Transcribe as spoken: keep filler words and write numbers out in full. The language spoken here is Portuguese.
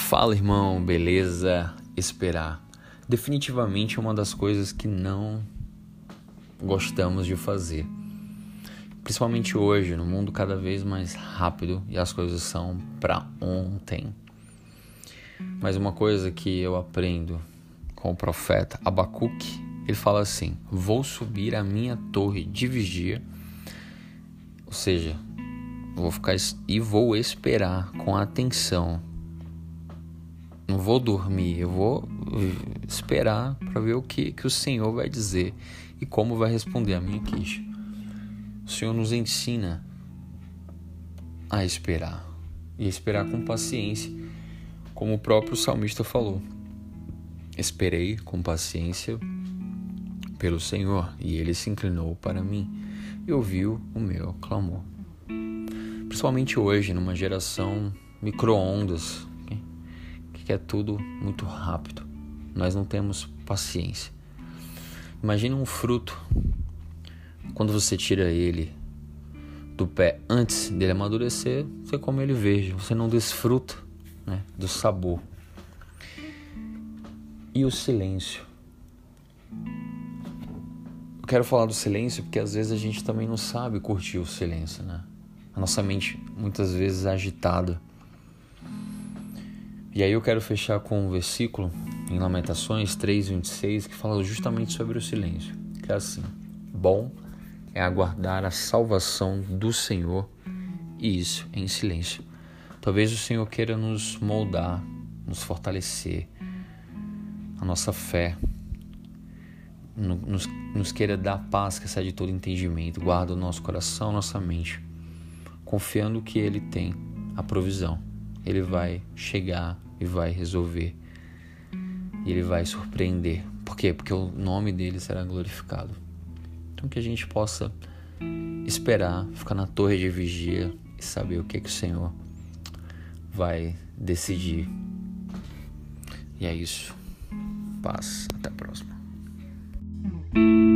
Fala, irmão, beleza? Esperar. Definitivamente é uma das coisas que não gostamos de fazer. Principalmente hoje, no mundo cada vez mais rápido e as coisas são para ontem. Mas uma coisa que eu aprendo com o profeta Abacuque, ele fala assim: vou subir a minha torre de vigia, ou seja, vou ficar e vou esperar com atenção. Não vou dormir, eu vou esperar para ver o que, que o Senhor vai dizer e como vai responder a minha queixa. O Senhor nos ensina a esperar e esperar com paciência, como o próprio salmista falou. Esperei com paciência pelo Senhor e Ele se inclinou para mim e ouviu o meu clamor. Principalmente hoje, numa geração micro-ondas, que é tudo muito rápido. Nós não temos paciência. Imagina um fruto, quando você tira ele do pé antes dele amadurecer, você come ele verde, você não desfruta, né, do sabor. E o silêncio. Eu quero falar do silêncio porque às vezes a gente também não sabe curtir o silêncio, né? A nossa mente muitas vezes é agitada. E aí eu quero fechar com um versículo em Lamentações três, vinte e seis, que fala justamente sobre o silêncio. Que é assim: bom é aguardar a salvação do Senhor, e isso em silêncio. Talvez o Senhor queira nos moldar, nos fortalecer, a nossa fé, nos, nos queira dar paz que excede todo entendimento. Guarda o nosso coração, nossa mente, confiando que Ele tem a provisão. Ele vai chegar e vai resolver. E Ele vai surpreender. Por quê? Porque o nome dele será glorificado. Então que a gente possa esperar, ficar na torre de vigia e saber o que, que o Senhor vai decidir. E é isso. Paz. Até a próxima.